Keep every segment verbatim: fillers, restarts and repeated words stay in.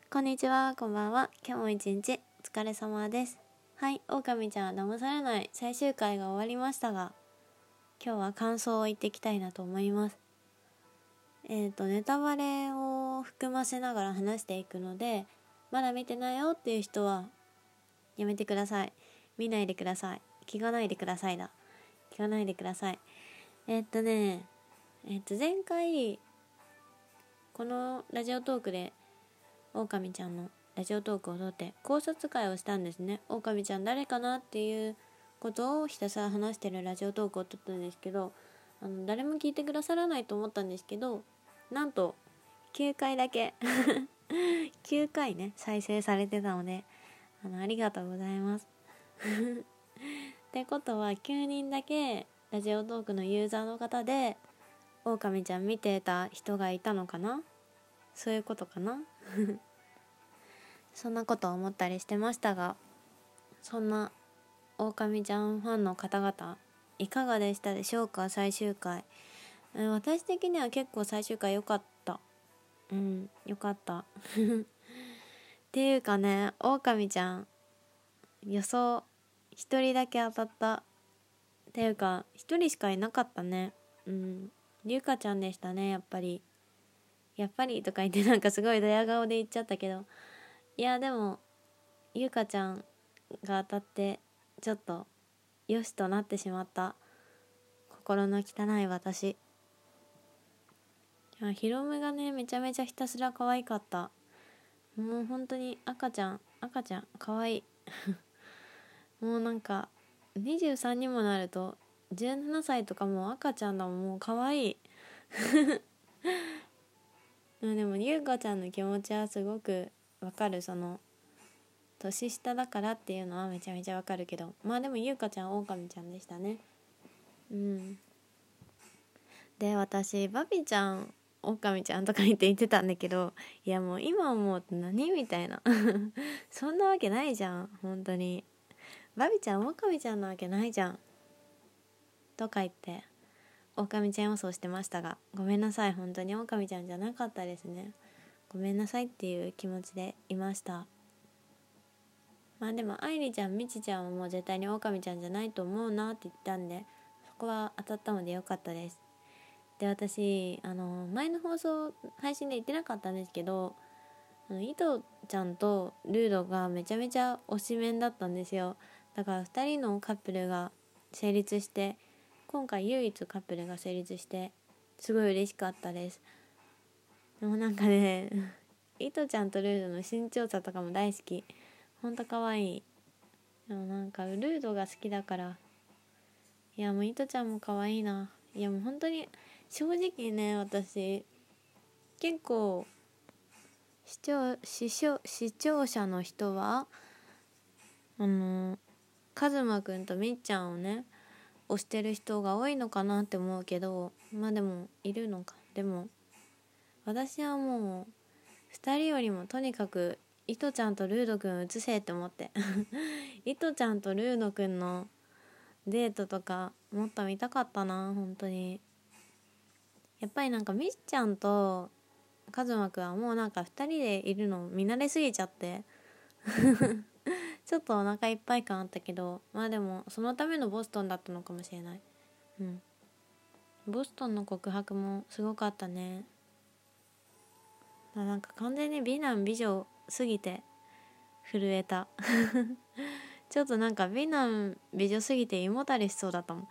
こんにちは、こんばんは。今日も一日お疲れ様です。はい、狼ちゃんは騙されない最終回が終わりましたが、今日は感想を言っていきたいなと思います。えっとネタバレを含ませながら話していくので、まだ見てないよっていう人はやめてください。見ないでください。聞かないでくださいだ。聞かないでください。えっとね、えっと前回このラジオトークで狼ちゃんのラジオトークを撮って考察会をしたんですね。狼ちゃん誰かなっていうことをひたすら話してるラジオトークを撮ったんですけど、あの誰も聞いてくださらないと思ったんですけど、なんときゅうかいだけきゅうかいね再生されてたので、あのありがとうございますってことはきゅうにんだけラジオトークのユーザーの方で狼ちゃん見てた人がいたのかな、そういうことかなそんなことを思ったりしてましたが、そんな狼ちゃんファンの方々いかがでしたでしょうか。最終回、私的には結構最終回良かった。うん良かったっていうかね、狼ちゃん予想一人だけ当たったっていうか一人しかいなかったね。うんゆかちゃんでしたね。やっぱりやっぱりとか言ってなんかすごいドヤ顔で言っちゃったけど、いやでもゆかちゃんが当たってちょっとよしとなってしまった心の汚い私。いやヒロムがねめちゃめちゃひたすら可愛かった。もう本当に赤ちゃん赤ちゃん可愛いもうなんかにじゅうさんにもなるとじゅうななさいとかもう赤ちゃんだもん。もう可愛いでもゆうかちゃんの気持ちはすごくわかる。その年下だからっていうのはめちゃめちゃわかるけど、まあでもゆうかちゃんオオカミちゃんでしたね。うんで私バビちゃんオオカミちゃんとか言って言ってたんだけど、いやもう今思うと何みたいなそんなわけないじゃん本当に。バビちゃんオオカミちゃんなわけないじゃんとか言ってオオカミちゃん予想してましたが、ごめんなさい、本当にオオカミちゃんじゃなかったですね。ごめんなさいっていう気持ちでいました。まあでも愛梨ちゃんみちちゃんはもう絶対にオオカミちゃんじゃないと思うなって言ったんで、そこは当たったのでよかったです。で私あの前の放送配信で言ってなかったんですけど、イトちゃんとルードがめちゃめちゃ推しメンだったんですよ。だからふたりのカップルが成立して、今回唯一カップルが成立してすごい嬉しかったです。でもなんかねイトちゃんとルードの身長差とかも大好き。ほんと可愛い。でもなんかルードが好きだから、いやもうイトちゃんも可愛いな。いやもう本当に正直ね、私結構視聴視聴視聴者の人はあのカズマくんとみっちゃんをね推してる人が多いのかなって思うけど、まあでもいるのか。でも私はもうふたりよりもとにかくイトちゃんとルードくん映せって思ってイトちゃんとルードくんのデートとかもっと見たかったな本当に。やっぱりなんかみっちゃんとカズマくんはもうなんかふたりでいるの見慣れすぎちゃってちょっとお腹いっぱい感あったけど、まあでもそのためのボストンだったのかもしれない。うんボストンの告白もすごかったね。なんか完全に美男美女すぎて震えたちょっとなんか美男美女すぎて胃もたれしそうだったもん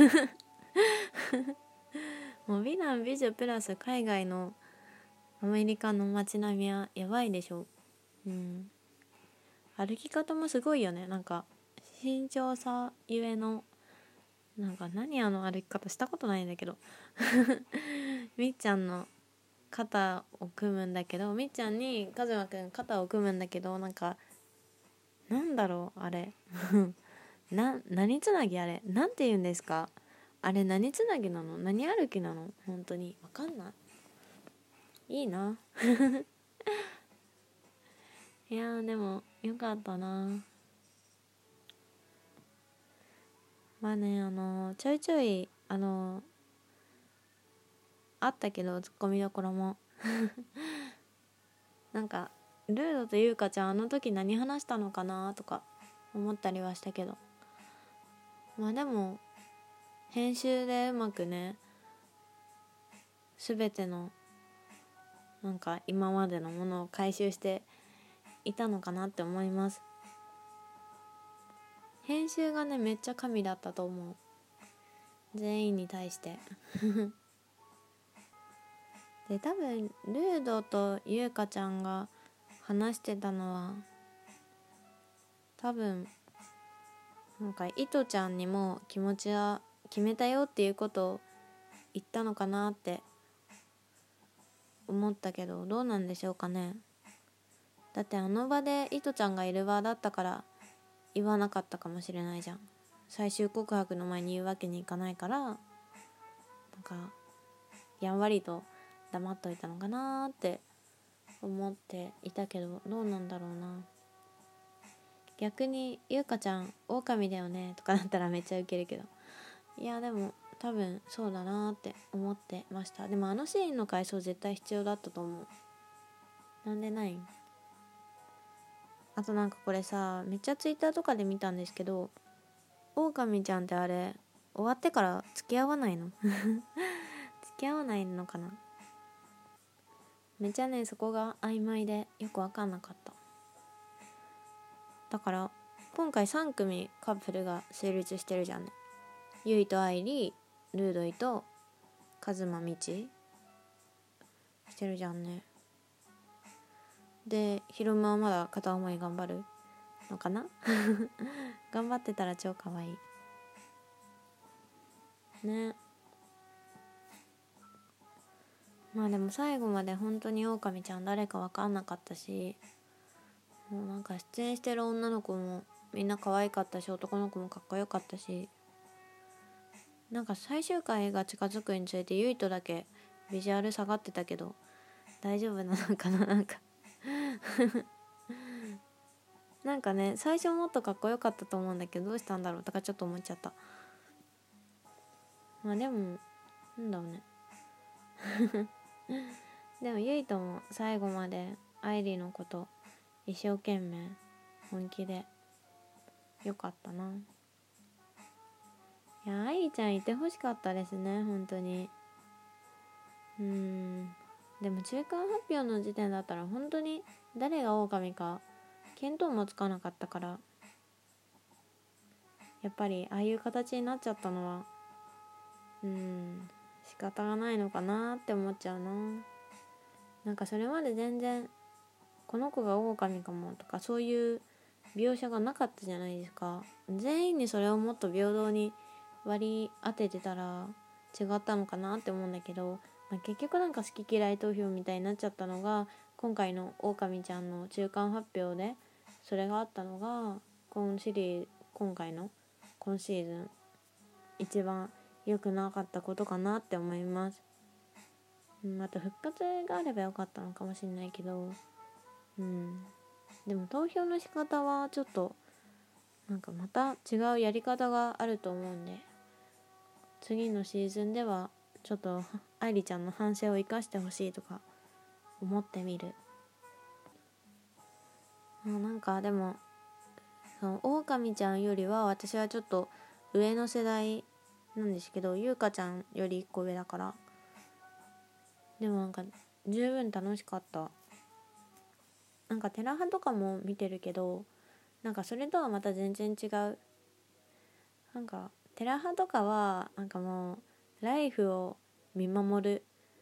もう美男美女プラス海外のアメリカの街並みはやばいでしょ。うん歩き方もすごいよね。なんか身長差ゆえのなんか何あの歩き方したことないんだけどみっちゃんの肩を組むんだけど、みっちゃんにカズマくん肩を組むんだけど、なんかなんだろうあれな何つなぎあれなんて言うんですかあれ。何つなぎなの何歩きなの本当にわかんない。いいないやーでもよかったな。まあねあのー、ちょいちょいあのー、あったけどツッコミどころもなんかルードとゆうかちゃんあの時何話したのかなとか思ったりはしたけど、まあでも編集でうまくね全てのなんか今までのものを回収していたのかなって思います。編集がねめっちゃ神だったと思う、全員に対してで多分ルードとゆうかちゃんが話してたのは多分なんかいとちゃんにも気持ちは決めたよっていうことを言ったのかなって思ったけど、どうなんでしょうかね。だってあの場でいとちゃんがいる場だったから言わなかったかもしれないじゃん。最終告白の前に言うわけにいかないから、なんかやんわりと黙っといたのかなって思っていたけど、どうなんだろうな。逆にゆうかちゃん狼だよねとかなったらめっちゃウケるけど、いやでも多分そうだなって思ってました。でもあのシーンの回想絶対必要だったと思う。なんでないん？あとなんかこれさ、めっちゃツイッターとかで見たんですけど、狼ちゃんってあれ終わってから付き合わないの付き合わないのかな。めっちゃねそこが曖昧でよく分かんなかった。だから今回さん組カップルが成立してるじゃんね。ゆいと愛理、ルードイとカズマミチしてるじゃんね。でヒロムはまだ片思い頑張るのかな頑張ってたら超可愛いね。まあでも最後まで本当に狼ちゃん誰か分かんなかったし、もうなんか出演してる女の子もみんな可愛かったし、男の子もかっこよかったし、なんか最終回が近づくにつれてゆいとだけビジュアル下がってたけど大丈夫なのかな。なんかなんかね最初もっとかっこよかったと思うんだけどどうしたんだろうとかちょっと思っちゃった。まあでもなんだろうねでもゆいとも最後まで愛理のこと一生懸命本気でよかったな。いや愛理ちゃんいてほしかったですね本当に。うーんでも中間発表の時点だったら本当に誰が狼か見当もつかなかったから、やっぱりああいう形になっちゃったのはうーん仕方がないのかなって思っちゃうな。なんかそれまで全然この子が狼かもとかそういう描写がなかったじゃないですか。全員にそれをもっと平等に割り当ててたら違ったのかなって思うんだけど、まあ、結局なんか好き嫌い投票みたいになっちゃったのが今回の狼ちゃんの中間発表でそれがあったのが今シリーズ今回の今シーズン一番良くなかったことかなって思います。また復活があればよかったのかもしれないけど、うんでも投票の仕方はちょっとなんかまた違うやり方があると思うんで、次のシーズンではちょっと愛理ちゃんの反省を生かしてほしいとか思ってみる。なんかでもその狼ちゃんよりは私はちょっと上の世代なんですけど、ゆうかちゃんよりいっこ上だから、でもなんか十分楽しかった。なんかテラハとかも見てるけどなんかそれとはまた全然違う。なんかテラハとかはなんかもうライフを見守る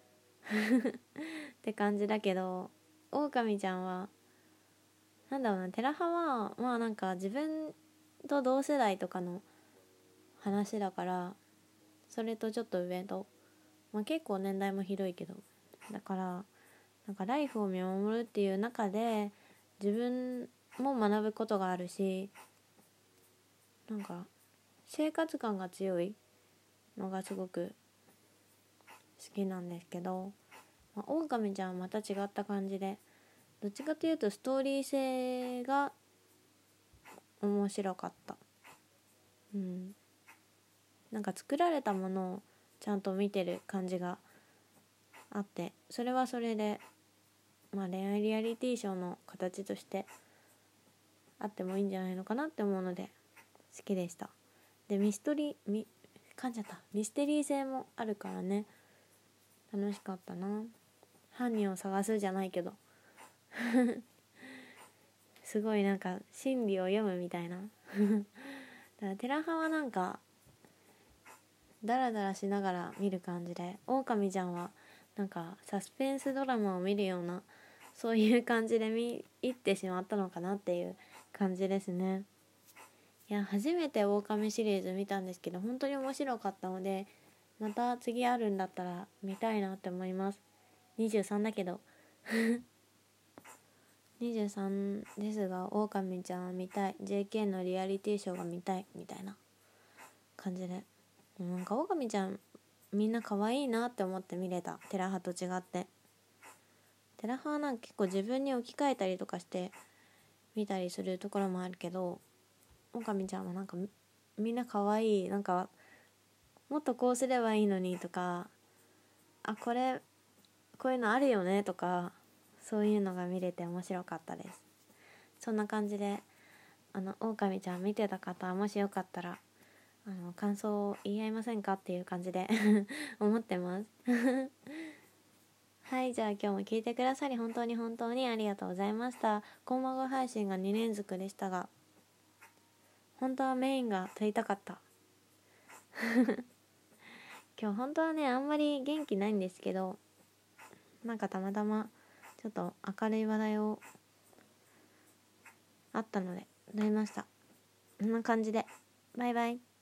って感じだけど、狼ちゃんはなんだろうな、テラハはまあなんか自分と同世代とかの話だから、それとちょっと上と、まあ、結構年代も広いけど、だからなんかライフを見守るっていう中で自分も学ぶことがあるし、なんか生活感が強いのがすごく好きなんですけど、まあ、狼ちゃんはまた違った感じで、どっちかというとストーリー性が面白かった。うんなんか作られたものをちゃんと見てる感じがあって、それはそれでまあ恋愛リアリティショーの形としてあってもいいんじゃないのかなって思うので好きでした。でミストリーミ噛んじゃったミステリー性もあるからね、楽しかったな。犯人を探すじゃないけどすごいなんか心理を読むみたいなだからテラハはなんかダラダラしながら見る感じで、オオカミちゃんはなんかサスペンスドラマを見るようなそういう感じで見入ってしまったのかなっていう感じですね。いや初めてオオカミシリーズ見たんですけど本当に面白かったので、また次あるんだったら見たいなって思います。にじゅうさんだけどにじゅうさんですがオオカミちゃんは見たい、 ジェーケー のリアリティショーが見たいみたいな感じで、なんかオオカミちゃんみんな可愛いなって思って見れた。テラハと違って、テラハはなんか結構自分に置き換えたりとかして見たりするところもあるけど、オオカミちゃんはなんかみんな可愛い、なんかもっとこうすればいいのにとか、あこれこういうのあるよねとか、そういうのが見れて面白かったです。そんな感じであのオオカミちゃん見てた方もしよかったらあの感想を言い合いませんかっていう感じで思ってますはい、じゃあ今日も聞いてくださり本当に本当にありがとうございました。コンマゴ配信がに連続でしたが本当はメインが撮りたかった今日本当はねあんまり元気ないんですけど、なんかたまたまちょっと明るい話題をあったので撮りました。こんな感じでバイバイ。